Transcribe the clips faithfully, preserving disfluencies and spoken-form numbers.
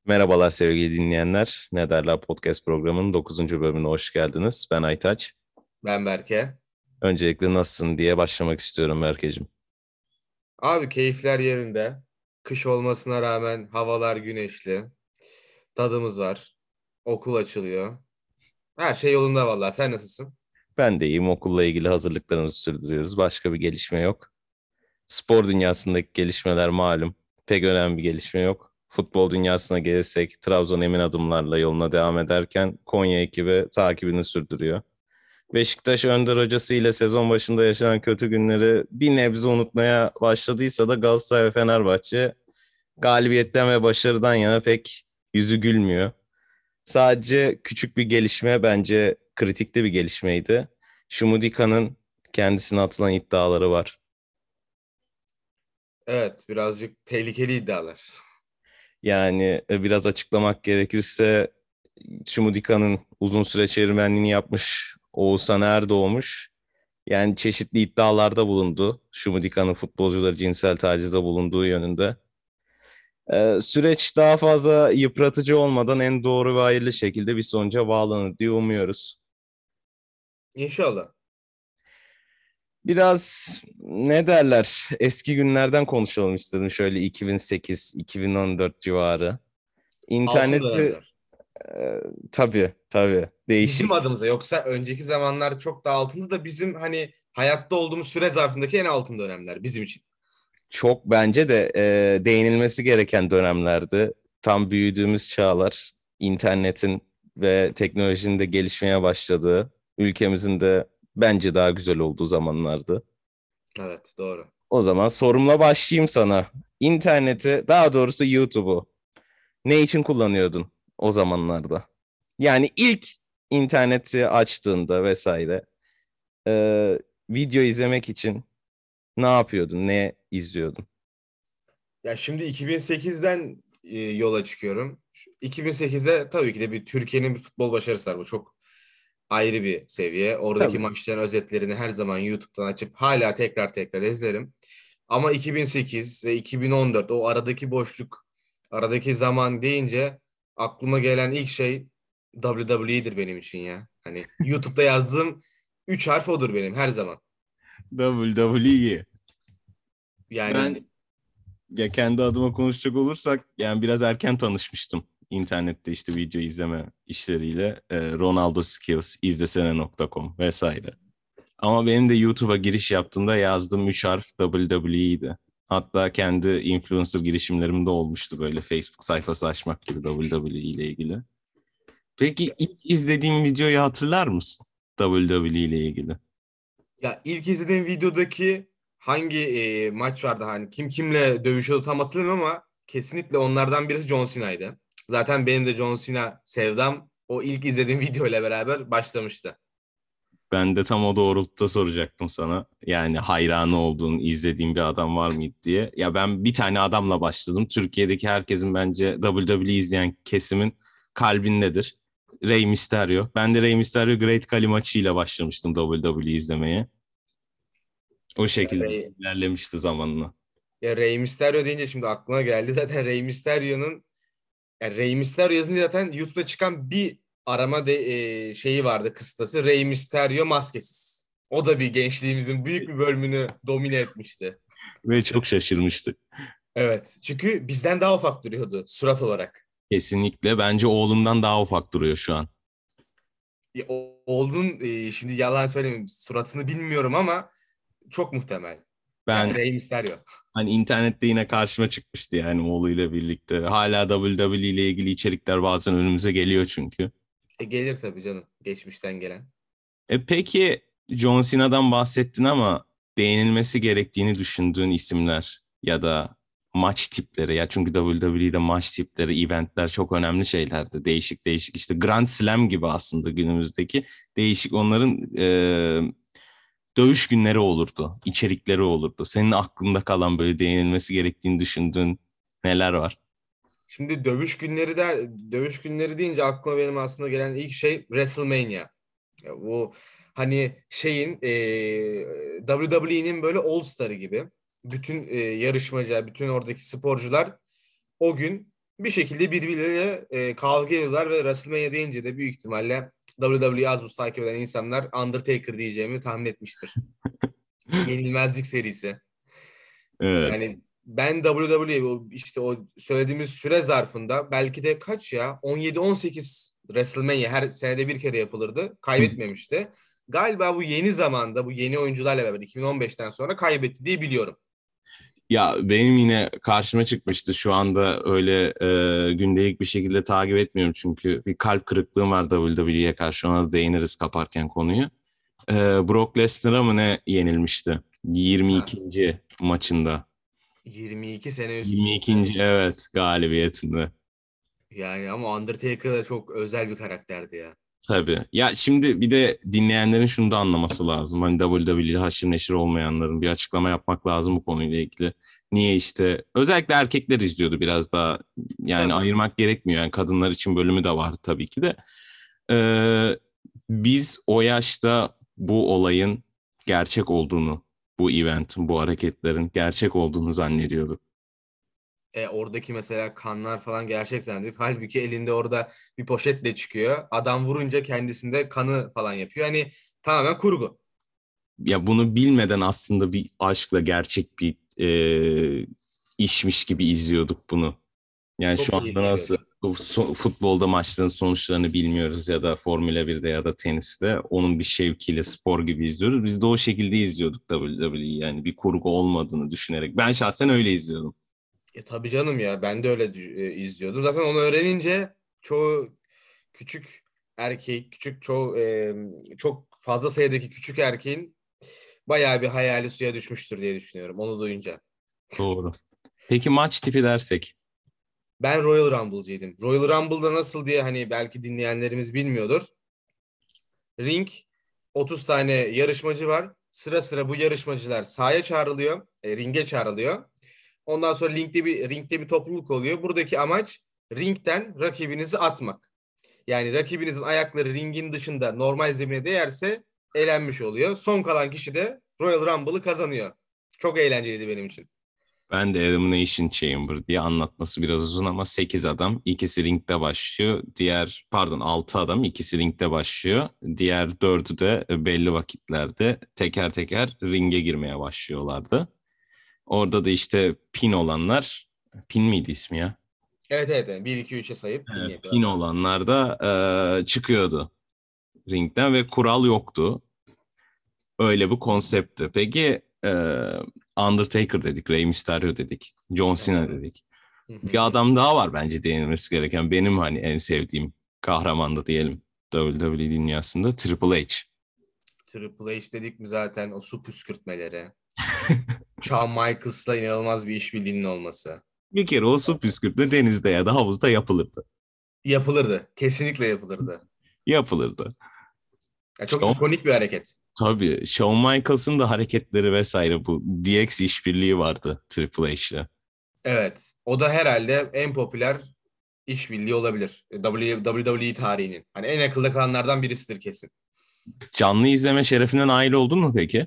Merhabalar sevgili dinleyenler. Ne derler podcast programının dokuzuncu bölümüne hoş geldiniz. Ben Aytaç. Ben Berke. Öncelikle nasılsın diye başlamak istiyorum Berkeciğim. Abi keyifler yerinde. Kış olmasına rağmen havalar güneşli. Tadımız var. Okul açılıyor. Her şey yolunda vallahi. Sen nasılsın? Ben de iyiyim. Okulla ilgili hazırlıklarımızı sürdürüyoruz. Başka bir gelişme yok. Spor dünyasındaki gelişmeler malum. Pek önemli bir gelişme yok. Futbol dünyasına gelirsek Trabzon emin adımlarla yoluna devam ederken Konya ekibi takibini sürdürüyor. Beşiktaş Önder hocası ile sezon başında yaşanan kötü günleri bir nebze unutmaya başladıysa da Galatasaray ve Fenerbahçe galibiyetten ve başarıdan yana pek yüzü gülmüyor. Sadece küçük bir gelişme, bence kritikli bir gelişmeydi. Şumudika'nın kendisine atılan iddiaları var. Evet, birazcık tehlikeli iddialar. Yani e, biraz açıklamak gerekirse Şumudika'nın uzun süre çevirmenliğini yapmış Oğuzhan Erdoğmuş. Yani çeşitli iddialarda bulundu. Şumudika'nın futbolcuları cinsel tacizde bulunduğu yönünde. Ee, süreç daha fazla yıpratıcı olmadan en doğru ve hayırlı şekilde bir sonuca bağlanır diye umuyoruz. İnşallah. Biraz ne derler, eski günlerden konuşalım istedim, şöyle iki bin sekiz-iki bin on dört civarı. Altın İnterneti dönemler. e, tabii tabii Bizim değişik. adımıza yoksa önceki zamanlar çok daha altındı da bizim hani hayatta olduğumuz süre zarfındaki en altın dönemler bizim için. Çok bence de e, değinilmesi gereken dönemlerdi. Tam büyüdüğümüz çağlar, internetin ve teknolojinin de gelişmeye başladığı, ülkemizin de bence daha güzel olduğu zamanlardı. Evet, doğru. O zaman sorumla başlayayım sana. İnterneti, daha doğrusu YouTube'u ne için kullanıyordun o zamanlarda? Yani ilk interneti açtığında vesaire e, video izlemek için ne yapıyordun, ne izliyordun? Ya şimdi iki bin sekizden e, yola çıkıyorum. iki bin sekizde tabii ki de bir Türkiye'nin bir futbol başarısı var. Bu çok ayrı bir seviye. Oradaki Tabii. maçların özetlerini her zaman YouTube'dan açıp hala tekrar tekrar izlerim. Ama iki bin sekiz ve iki bin on dört o aradaki boşluk, aradaki zaman deyince aklıma gelen ilk şey W W E'dir benim için ya. Hani YouTube'da yazdığım üç harf odur benim her zaman. W W E. Yani Ben ya kendi adıma konuşacak olursak yani biraz erken tanışmıştım internette işte video izleme işleriyle. Ee, Ronaldo Skills, izlesene nokta com vesaire. Ama benim de YouTube'a giriş yaptığımda yazdığım üç harf W W E'ydi. Hatta kendi influencer girişimlerimde olmuştu, böyle Facebook sayfası açmak gibi W W E ile ilgili. Peki ilk izlediğin videoyu hatırlar mısın? W W E ile ilgili. ya ilk izlediğim videodaki hangi e, maç vardı hani kim kimle dövüşüyordu tam hatırlamıyorum ama kesinlikle onlardan birisi John Cena'ydı. Zaten benim de John Cena sevdam o ilk izlediğim video ile beraber başlamıştı. Ben de tam o doğrultuda soracaktım sana. Yani hayranı olduğun, izlediğin bir adam var mıydı diye. Ya ben bir tane adamla başladım. Türkiye'deki herkesin, bence W W E izleyen kesimin kalbindedir. Rey Mysterio. Ben de Rey Mysterio Great Kali maçıyla başlamıştım W W E izlemeye. O Ya şekilde Rey, ilerlemişti zamanla. ya Rey Mysterio deyince şimdi aklıma geldi. Zaten Rey Mysterio'nun ya Rey Mysterio yazınca zaten YouTube'da çıkan bir arama de, e, şeyi vardı kıstası. Rey Mysterio maskesiz. O da bir gençliğimizin büyük bir bölümünü domine etmişti. Ve çok şaşırmıştık. Evet. Çünkü bizden daha ufak duruyordu surat olarak. Kesinlikle. Bence oğlumdan daha ufak duruyor şu an. Ya, o- oğlunun e, şimdi yalan söylemeyeyim suratını bilmiyorum ama çok muhtemel. Yani Ben Rey Mysterio. Hani internette yine karşıma çıkmıştı yani oğluyla birlikte. Hala W W E ile ilgili içerikler bazen önümüze geliyor çünkü. E, gelir tabii canım geçmişten gelen. E peki, John Cena'dan bahsettin ama değinilmesi gerektiğini düşündüğün isimler ya da maç tipleri, ya çünkü W W E'de maç tipleri, eventler çok önemli şeylerdi. Değişik değişik, işte Grand Slam gibi aslında günümüzdeki değişik onların e, dövüş günleri olurdu, içerikleri olurdu. Senin aklında kalan, böyle değinilmesi gerektiğini düşündüğün neler var? Şimdi dövüş günleri de dövüş günleri deyince aklıma benim aslında gelen ilk şey WrestleMania. Ya bu hani şeyin e, W W E'nin böyle All Star'ı gibi. Bütün e, yarışmacılar, bütün oradaki sporcular o gün Bir şekilde birbirleriyle e, kavga ediyorlar ve WrestleMania deyince de büyük ihtimalle W W E az buz takip eden insanlar Undertaker diyeceğimi tahmin etmiştir. Yenilmezlik serisi. Evet. Yani ben W W E o işte o söylediğimiz süre zarfında belki de kaç ya on yedi on sekiz WrestleMania her senede bir kere yapılırdı. Kaybetmemişti. Galiba bu yeni zamanda bu yeni oyuncularla beraber iki bin on beşten sonra kaybetti diye biliyorum. Ya benim yine karşıma çıkmıştı. Şu anda öyle e, gündelik bir şekilde takip etmiyorum çünkü bir kalp kırıklığım var W W E'ye karşı. Ona da değiniriz kaparken konuyu. E, Brock Lesnar'a mı ne yenilmişti? Ha, yirmi ikinci maçında. yirmi iki sene üst üste. yirmi ikinci evet galibiyetinde. Yani ama Undertaker da çok özel bir karakterdi ya. Tabii. Ya şimdi bir de dinleyenlerin şunu da anlaması lazım. Hani W W E'de haşır neşir olmayanların bir açıklama yapmak lazım bu konuyla ilgili. Niye işte özellikle erkekler izliyordu biraz daha yani Tabii. ayırmak gerekmiyor. Yani kadınlar için bölümü de var tabii ki de. Ee, Biz o yaşta bu olayın gerçek olduğunu, bu eventin, bu hareketlerin gerçek olduğunu zannediyorduk. E, oradaki mesela kanlar falan gerçek zannediyor. Halbuki elinde orada bir poşetle çıkıyor. Adam vurunca kendisinde kanı falan yapıyor. Hani tamamen kurgu. Ya bunu bilmeden aslında bir aşkla gerçek bir e, işmiş gibi izliyorduk bunu. Yani Çok şu anda keyifli nasıl oluyordu. bu so- futbolda maçların sonuçlarını bilmiyoruz ya da Formula birde ya da teniste onun bir şevkiyle spor gibi izliyoruz. Biz de o şekilde izliyorduk W W E'yi yani bir kurgu olmadığını düşünerek. Ben şahsen öyle izliyordum. E, tabii canım ya ben de öyle dü- e, izliyordum. Zaten onu öğrenince çoğu küçük erkek, küçük çoğu e, çok fazla sayıdaki küçük erkeğin bayağı bir hayali suya düşmüştür diye düşünüyorum onu duyunca. Doğru. Peki maç tipi dersek? Ben Royal Rumble'cıydım. Royal Rumble'da nasıl diye hani belki dinleyenlerimiz bilmiyordur. Ring otuz tane yarışmacı var. Sıra sıra bu yarışmacılar sahaya çağrılıyor, e, ringe çağrılıyor. Ondan sonra ringde bir ringde bir topluluk oluyor. Buradaki amaç ringden rakibinizi atmak. Yani rakibinizin ayakları ringin dışında normal zemine değerse elenmiş oluyor. Son kalan kişi de Royal Rumble'ı kazanıyor. Çok eğlenceliydi benim için. Ben de Elimination Chamber diye anlatması biraz uzun ama sekiz adam. İkisi ringde başlıyor. Diğer pardon altı adam ikisi ringde başlıyor. Diğer dördü de belli vakitlerde teker teker ringe girmeye başlıyorlardı. Orada da işte pin olanlar pin miydi ismi ya? Evet evet. Yani bir iki üçe sayıp pin Evet, pin yapıyorlar. olanlar da e, çıkıyordu ringden ve kural yoktu. Öyle bir konseptti. Peki e, Undertaker dedik, Rey Mysterio dedik, John Cena Evet. dedik. Hı Bir hı. adam daha var bence değinilmesi gereken. Benim hani en sevdiğim kahramandı diyelim W W E dünyasında Triple H. Triple H dedik mi zaten o su püskürtmeleri. Shawn Michaels'la inanılmaz bir işbirliğinin olması. Bir kere o su püskürtme denizde ya da havuzda yapılırdı. Yapılırdı. Kesinlikle yapılırdı. Yapılırdı. Ya çok Shawn, ikonik bir hareket. tabii Shawn Michaels'ın da hareketleri vesaire bu D X işbirliği vardı Triple H'le. Evet. O da herhalde en popüler işbirliği olabilir. W- WWE tarihinin. Hani en akılda kalanlardan birisidir kesin. Canlı izleme şerefinden nail oldun mu peki?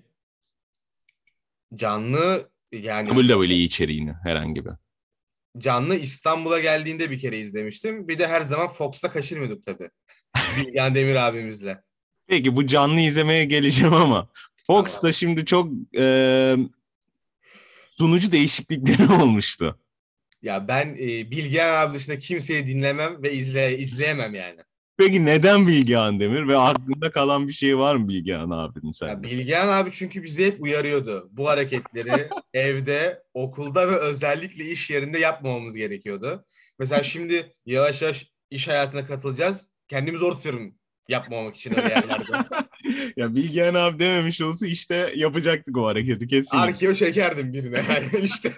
Canlı yani W W E içeriğini herhangi bir. canlı İstanbul'a geldiğinde bir kere izlemiştim. Bir de her zaman Fox'ta kaçırmıyorduk tabii. Bilgehan Demir abimizle. Peki bu canlı izlemeye geleceğim ama Tamam. Fox'ta şimdi çok e, sunucu değişiklikleri olmuştu. Ya ben e, Bilgehan abi dışında kimseyi dinlemem ve izle izleyemem yani. Peki neden Bilgehan Demir ve aklında kalan bir şey var mı Bilgehan abinin Ya sende? Bilgehan abi çünkü bizi hep uyarıyordu. Bu hareketleri evde, okulda ve özellikle iş yerinde yapmamamız gerekiyordu. Mesela şimdi yavaş yavaş iş hayatına katılacağız. Kendimi zor tutuyorum yapmamak için öyle yerlerde. Ya Bilgehan abi dememiş olsa işte yapacaktık o hareketi kesinlikle. Arkeo çekerdim birine yani işte.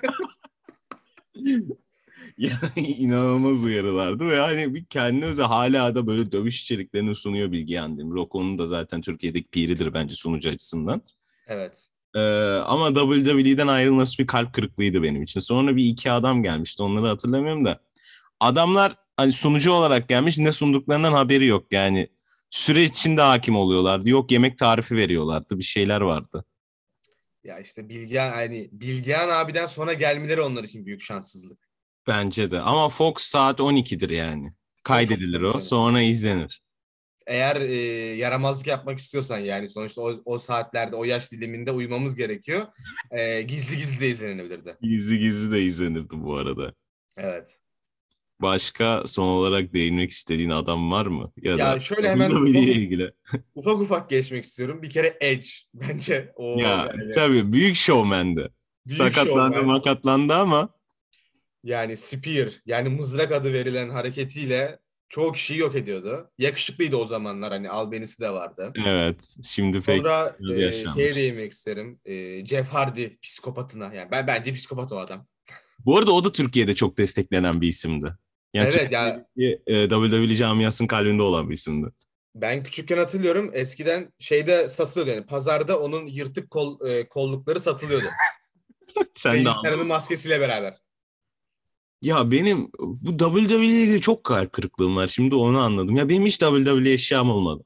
Ya inanılmaz uyarılardı ve hani bir kendine özel hala da böyle dövüş içeriklerini sunuyor Bilgehan Demir. Rocco'nun da zaten Türkiye'deki piridir bence sunucu açısından. Evet. Ee, Ama W W E'den ayrılması bir kalp kırıklığıydı benim için. Sonra bir iki adam gelmişti. Onları hatırlamıyorum da. Adamlar hani sunucu olarak gelmiş ne sunduklarından haberi yok. Yani süre içinde hakim oluyorlardı. Yok yemek tarifi veriyorlardı. Bir şeyler vardı. Ya işte Bilgehan hani Bilgehan abiden sonra gelmeleri onlar için büyük şanssızlık. Bence de. Ama Fox saat on ikidir yani. Çok çok Kaydedilir tabii o, canım. sonra izlenir. Eğer e, yaramazlık yapmak istiyorsan yani sonuçta o, o saatlerde o yaş diliminde uyumamız gerekiyor. E, gizli gizli de izlenebilirdi. Gizli gizli de izlenirdi bu arada. Evet. Başka son olarak değinmek istediğin adam var mı? Ya da Ya şöyle hemen W W E ufak ile uf- ilgili. ufak ufak geçmek istiyorum. Bir kere Edge bence o Ya yani tabii büyük şovmendi. büyük Sakatlandı şovmen. makatlandı ama Yani Spear yani mızrak adı verilen hareketiyle çoğu kişiyi yok ediyordu. Yakışıklıydı o zamanlar hani albenisi de vardı. evet, şimdi pek Sonra biraz e, şeye yaşlanmış. değinmek isterim. E, Jeff Hardy psikopatına. Yani ben bence psikopat o adam. Bu arada o da Türkiye'de çok desteklenen bir isimdi. Yani Evet ya Türkiye'deki e, W W E camiasının kalbinde olan bir isimdi. ben küçükken hatırlıyorum eskiden şeyde satılıyordu yani pazarda onun yırtık kol, e, kollukları satılıyordu. Sen de James Harden'ın anladın. maskesiyle beraber. Ya benim bu W W E ile ilgili çok kalp kırıklığım var. Şimdi onu anladım. Ya benim hiç W W E eşyam olmadı.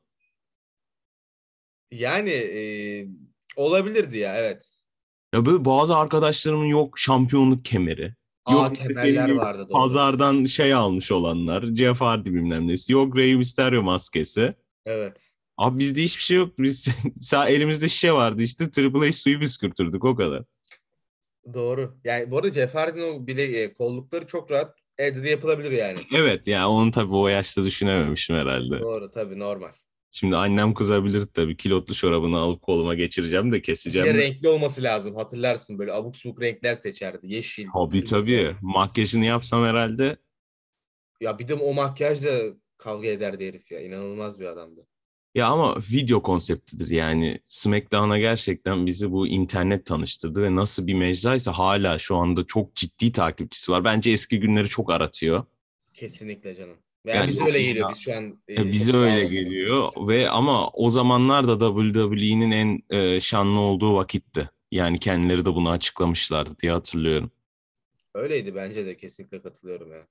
Yani e, olabilirdi ya evet. Ya böyle bazı arkadaşlarımın yok şampiyonluk kemeri. Yok Aa işte senin kemerler gibi vardı doğru. pazardan şey almış olanlar. Jeff Hardy bilmem nesi. Yok Rey Mysterio maskesi. Evet. Abi bizde hiçbir şey yok. Biz sağ elimizde şişe vardı işte. Triple H suyu püskürtürdük o kadar. Doğru. Yani bu arada Jeff Hardy'nin o bile e, kollukları çok rahat elde de yapılabilir yani. Evet ya onu tabii o yaşta düşünememişim herhalde. Doğru tabii normal. Şimdi annem kızabilir tabii. Kilotlu çorabını alıp koluma geçireceğim de Bir de keseceğim de. renkli olması lazım. Hatırlarsın böyle abuk subuk renkler seçerdi. Yeşil, Tabii kırmızı. tabii. Makyajını yapsam herhalde. Ya bir de o makyajla kavga ederdi herif ya. İnanılmaz bir adamdı. Ya ama video konseptidir yani. SmackDown'a gerçekten bizi bu internet tanıştırdı ve nasıl bir mecraysa hala şu anda çok ciddi takipçisi var. Bence eski günleri çok aratıyor. Kesinlikle canım. Yani Yani bize yok öyle geliyor. dünya Biz şu an e, e, bize çok öyle bağlanıyoruz geliyor çünkü. ve ama o zamanlar da W W E'nin en e, şanlı olduğu vakitti. Yani kendileri de bunu açıklamışlardı diye hatırlıyorum. Öyleydi bence de kesinlikle katılıyorum ya.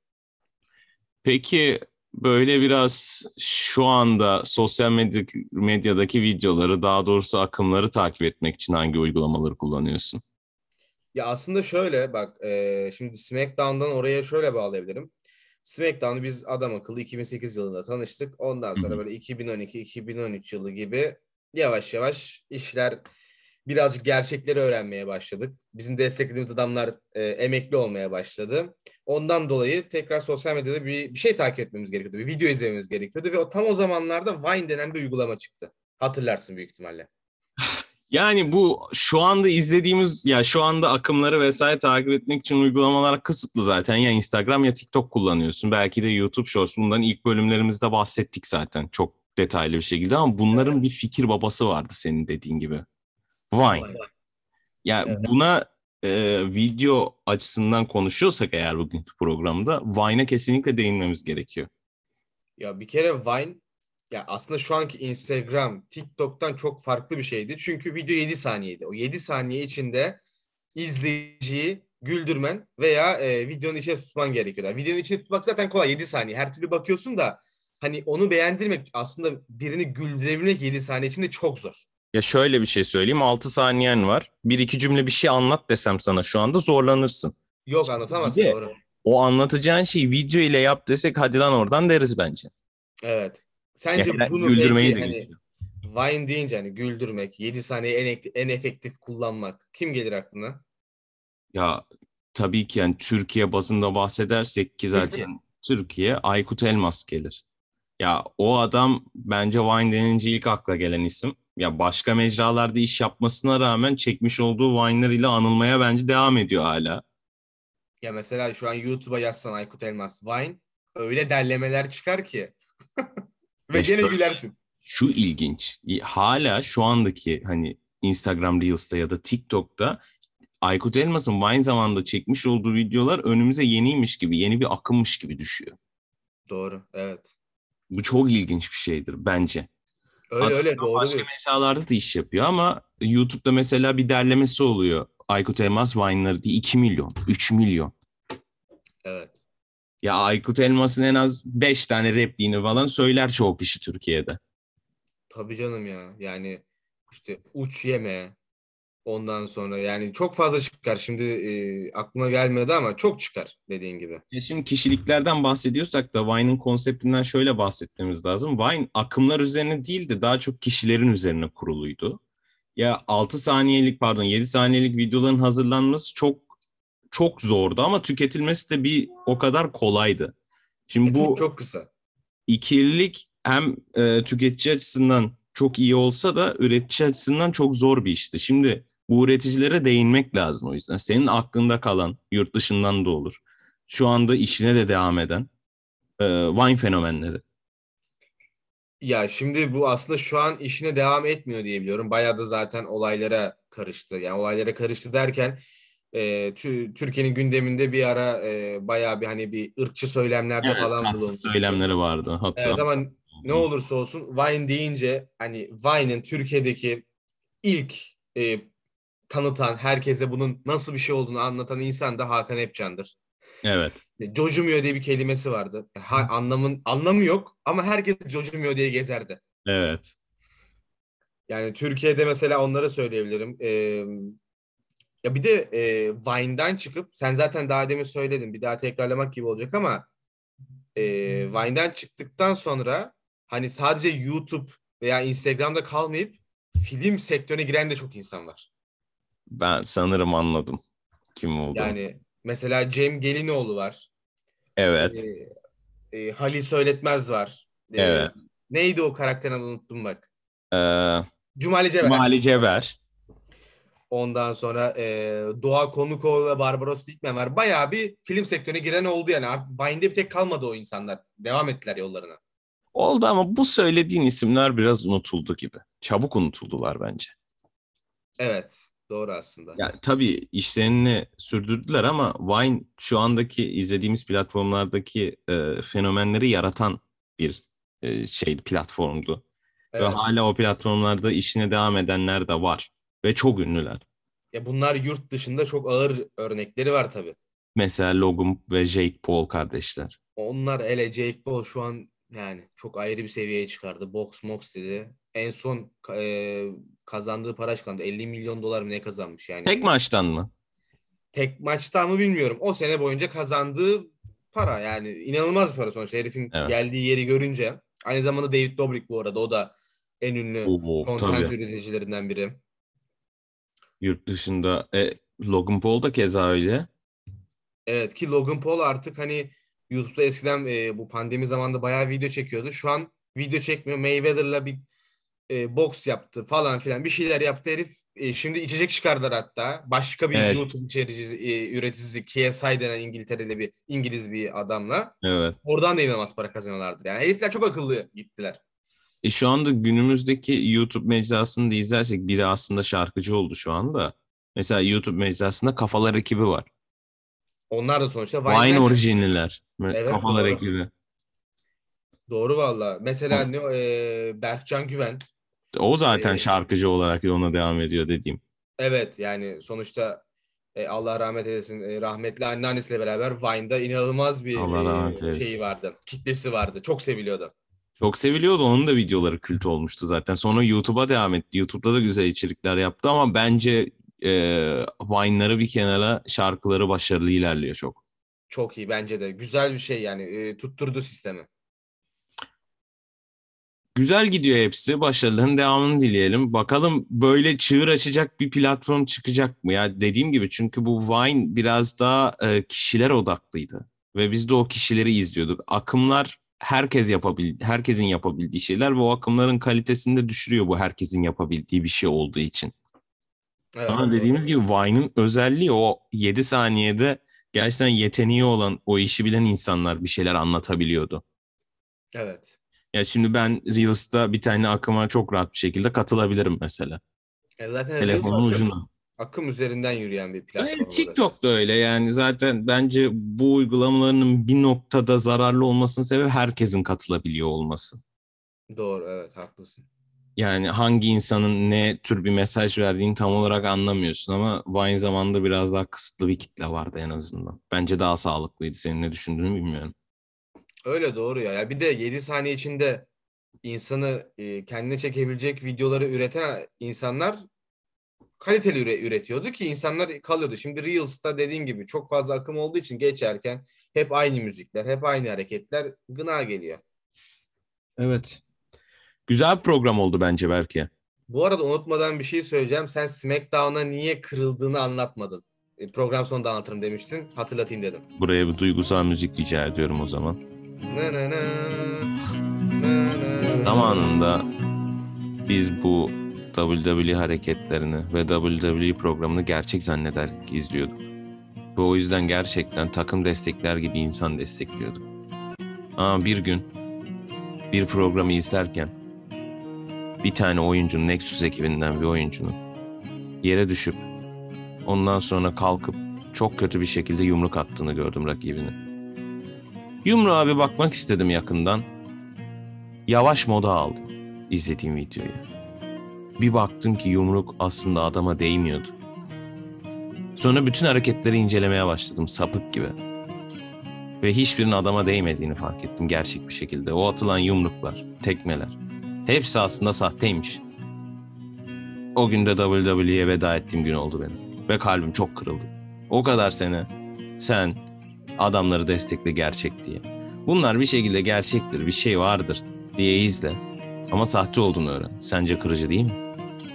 Peki böyle biraz şu anda sosyal medya, medyadaki videoları daha doğrusu akımları takip etmek için hangi uygulamaları kullanıyorsun? Ya aslında şöyle bak e, şimdi SmackDown'dan oraya şöyle bağlayabilirim. SmackDown'u biz adam akıllı iki bin sekiz yılında tanıştık. Ondan Hı sonra hı. böyle iki bin on iki iki bin on üç yılı gibi yavaş yavaş işler birazcık gerçekleri öğrenmeye başladık. Bizim desteklediğimiz adamlar e, emekli olmaya başladı. Ondan dolayı tekrar sosyal medyada bir, bir şey takip etmemiz gerekiyordu. Bir video izlememiz gerekiyordu ve o tam o zamanlarda Vine denen bir uygulama çıktı. Hatırlarsın büyük ihtimalle. Yani bu şu anda izlediğimiz ya şu anda akımları vesaire takip etmek için uygulamalar kısıtlı zaten. Ya Instagram ya TikTok kullanıyorsun. Belki de YouTube Shorts. Bundan ilk bölümlerimizde bahsettik zaten çok detaylı bir şekilde ama bunların Evet. bir fikir babası vardı senin dediğin gibi. Vine. Vine. Ya Evet. buna e, video açısından konuşuyorsak eğer bugünkü programda Vine'a kesinlikle değinmemiz gerekiyor. Ya bir kere Vine ya aslında şu anki Instagram, TikTok'tan çok farklı bir şeydi. Çünkü video yedi saniyeydi. O yedi saniye içinde izleyiciyi güldürmen veya e, videonun içine tutman gerekiyordu. Yani videonun içine tutmak zaten kolay yedi saniye. Her türlü bakıyorsun da hani onu beğendirmek aslında birini güldürebilmek yedi saniye içinde çok zor. Ya şöyle bir şey söyleyeyim. Altı saniyen var. Bir iki cümle bir şey anlat desem sana şu anda zorlanırsın. Yok Şimdi bir anlatamazsın de doğru. o anlatacağın şeyi video ile yap desek hadi lan oradan deriz bence. Evet. Ya Sence hele bunu güldürmeyi peki de hani geçiyor. Vine deyince hani güldürmek, yedi saniye en, ek- en efektif kullanmak kim gelir aklına? Ya tabii ki yani Türkiye bazında bahsedersek ki zaten Türkiye Aykut Elmas gelir. Ya o adam bence Vine denince ilk akla gelen isim. Ya başka mecralarda iş yapmasına rağmen çekmiş olduğu Vine'lar ile anılmaya bence devam ediyor hala. Ya mesela şu an YouTube'a yazsan Aykut Elmas Vine öyle derlemeler çıkar ki ve Ya gene şöyle, gülersin. şu ilginç. Hala şu andaki hani Instagram Reels'ta ya da TikTok'ta Aykut Elmas'ın Vine zamanında çekmiş olduğu videolar önümüze yeniymiş gibi, yeni bir akımmış gibi düşüyor. Doğru, evet. Bu çok ilginç bir şeydir bence. Öyle Adam öyle doğru başka bir. mecralarda da iş yapıyor ama YouTube'da mesela bir derlemesi oluyor. Aykut Elmas Vine'ları diye iki milyon, üç milyon. Evet. Ya Aykut Elmas'ın en az beş tane repliğini falan söyler çoğu kişi Türkiye'de. Tabii canım ya. Yani işte uç yeme. Ondan sonra yani çok fazla çıkar. Şimdi e, aklıma gelmedi ama çok çıkar dediğin gibi. Ya şimdi kişiliklerden bahsediyorsak da Vine'ın konseptinden şöyle bahsetmemiz lazım. Vine akımlar üzerine değil de daha çok kişilerin üzerine kuruluydu. Ya altı saniyelik pardon yedi saniyelik videoların hazırlanması çok çok zordu ama tüketilmesi de bir o kadar kolaydı. E Şimdi tabii bu çok kısa. ikililik hem e, tüketici açısından çok iyi olsa da üretici açısından çok zor bir işti. Şimdi bu üreticilere değinmek lazım o yüzden. Senin aklında kalan, yurt dışından da olur. Şu anda işine de devam eden e, Vine fenomenleri. Ya şimdi bu aslında şu an işine devam etmiyor diye biliyorum. Bayağı da zaten olaylara karıştı. Yani olaylara karıştı derken e, tü- Türkiye'nin gündeminde bir ara e, bayağı bir hani bir ırkçı söylemlerde Evet, falan tatsız bulunmuştu. söylemleri vardı. Evet Hatta ama ne olursa olsun Vine deyince hani Vine'in Türkiye'deki ilk e, tanıtan, herkese bunun nasıl bir şey olduğunu anlatan insan da Hakan Epcan'dır. evet, E, Jojumuyor diye bir kelimesi vardı. Ha, anlamın anlamı yok ama herkes Jojumuyor diye gezerdi. evet. Yani Türkiye'de mesela onları söyleyebilirim. Ee, ya bir de e, Vine'dan çıkıp sen zaten daha demin söyledin. Bir daha tekrarlamak gibi olacak ama e, Vine'dan çıktıktan sonra hani sadece YouTube veya Instagram'da kalmayıp film sektörüne giren de çok insan var. Ben sanırım anladım kim olduğunu. Yani mesela Cem Gelinoğlu var. E, Evet, e, Halil Söyletmez var. E, evet. neydi o karakterin adını unuttum bak. Ee, Cumali Cever. Cumali Ceber. Ondan sonra e, Doğa Konukoğlu ve Barbaros Dikmen var. Bayağı bir film sektörüne giren oldu yani. Artık Vine'de bir tek kalmadı o insanlar. Devam ettiler yollarına. Oldu ama bu söylediğin isimler biraz unutuldu gibi. Çabuk unutuldular bence. Evet. Doğru aslında. Yani tabii işlerini sürdürdüler ama Vine şu andaki izlediğimiz platformlardaki e, fenomenleri yaratan bir e, şey platformdu. Ve Evet. hala o platformlarda işine devam edenler de var. Ve çok ünlüler. Ya bunlar yurt dışında çok ağır örnekleri var tabii. Mesela Logan ve Jake Paul kardeşler. Onlar hele Jake Paul şu an yani çok ayrı bir seviyeye çıkardı. Box Mox dedi. En son e, kazandığı para çıkandı. elli milyon dolar mı ne kazanmış yani. Tek maçtan mı? Tek maçta mı bilmiyorum. O sene boyunca kazandığı para yani inanılmaz bir para sonuçta herifin Evet. geldiği yeri görünce. Aynı zamanda David Dobrik bu arada o da en ünlü Oo, content tabii. üreticilerinden biri. Yurt dışında. E, Logan Paul da keza öyle. Evet ki Logan Paul artık hani YouTube'da eskiden e, bu pandemi zamanında bayağı video çekiyordu. Şu an video çekmiyor. Mayweather'la bir e, boks yaptı falan filan bir şeyler yaptı herif. E, şimdi içecek çıkardılar hatta. Başka bir Evet. YouTube içericisi, e, üreticisi K S I denen İngiltereli bir İngiliz bir adamla. Evet. Oradan da inanılmaz para kazanıyorlardır. Yani herifler çok akıllı gittiler. E şu anda günümüzdeki YouTube mecrasını da izlersek biri aslında şarkıcı oldu şu anda. Mesela YouTube mecrasında Kafalar ekibi var. Onlar da sonuçta Vine Vine'den çıktı. orijinliler. Me- Evet Kafalar doğru. ekibi. Doğru valla. Mesela O, ne e, Berkcan Güven. o zaten E, şarkıcı olarak yoluna devam ediyor dediğim. evet yani sonuçta e, Allah rahmet eylesin e, rahmetli anneannesiyle beraber Vine'da inanılmaz bir Allah rahmet e, şeyi eylesin. vardı. Kitlesi vardı. Çok seviliyordu. Çok seviliyordu. Onun da videoları kült olmuştu zaten. Sonra YouTube'a devam etti. YouTube'da da güzel içerikler yaptı ama bence e, Vine'ları bir kenara, şarkıları başarılı ilerliyor çok. Çok iyi bence de. Güzel bir şey yani. E, tutturdu sistemi. Güzel gidiyor hepsi. Başarıların devamını dileyelim. Bakalım böyle çığır açacak bir platform çıkacak mı? Ya dediğim gibi çünkü bu Vine biraz daha e, kişiler odaklıydı. Ve biz de o kişileri izliyorduk. Akımlar herkes yapabil herkesin yapabildiği şeyler ve o akımların kalitesini de düşürüyor bu herkesin yapabildiği bir şey olduğu için. Evet Ama doğru. dediğimiz gibi Vine'ın özelliği o yedi saniyede gerçekten yeteneği olan, o işi bilen insanlar bir şeyler anlatabiliyordu. Evet. Ya şimdi ben Reels'ta bir tane akıma çok rahat bir şekilde katılabilirim mesela. E, zaten Reels Telefonun akım. ucuna. Akım üzerinden yürüyen bir Evet, platform orası. TikTok da öyle yani zaten bence bu uygulamaların bir noktada zararlı olmasının sebebi herkesin katılabiliyor olması. Doğru evet haklısın. Yani hangi insanın ne tür bir mesaj verdiğini tam olarak anlamıyorsun ama Vine zamanında biraz daha kısıtlı bir kitle vardı en azından. Bence daha sağlıklıydı. Senin ne düşündüğünü bilmiyorum. Öyle doğru ya. Ya bir de yedi saniye içinde insanı e, kendine çekebilecek videoları üreten insanlar kaliteli üre- üretiyordu ki insanlar kalıyordu. Şimdi Reels'ta dediğin gibi çok fazla akım olduğu için geçerken hep aynı müzikler, hep aynı hareketler gına geliyor. Evet. Güzel bir program oldu bence belki. Bu arada unutmadan bir şey söyleyeceğim. Sen SmackDown'a niye kırıldığını anlatmadın. E, program sonunda anlatırım demiştin. Hatırlatayım dedim. Buraya bir duygusal müzik rica ediyorum o zaman. Na na na, na na na. Zamanında biz bu W W E hareketlerini ve W W E programını gerçek zannederek izliyorduk. Ve o yüzden gerçekten takım destekler gibi insan destekliyorduk. Ama bir gün bir programı izlerken bir tane oyuncunun, Nexus ekibinden bir oyuncunun yere düşüp ondan sonra kalkıp çok kötü bir şekilde yumruk attığını gördüm rakibine. Yumruğa bir bakmak istedim yakından. Yavaş moda aldım izlediğim videoyu. Bir baktım ki yumruk aslında adama değmiyordu. Sonra bütün hareketleri incelemeye başladım sapık gibi. Ve hiçbirinin adama değmediğini fark ettim gerçek bir şekilde. O atılan yumruklar, tekmeler, hepsi aslında sahteymiş. O gün de W W E'ye veda ettiğim gün oldu benim. Ve kalbim çok kırıldı. O kadar sene sen adamları destekle gerçek diye. Bunlar bir şekilde gerçektir, bir şey vardır diye izle. Ama sahte olduğunu öğren. Sence kırıcı değil mi?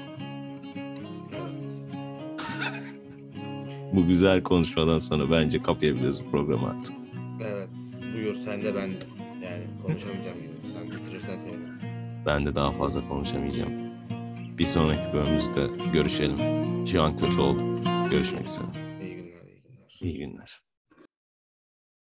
Bu güzel konuşmadan sonra bence kapayabiliriz bu programı artık. Evet. Buyur sen de ben yani konuşamayacağım gibi. Sen bitirirsen sevinirim. Ben de daha fazla konuşamayacağım. Bir sonraki bölümümüzde görüşelim. Şu an kötü oldum. Görüşmek üzere. İyi günler, iyi günler. İyi günler.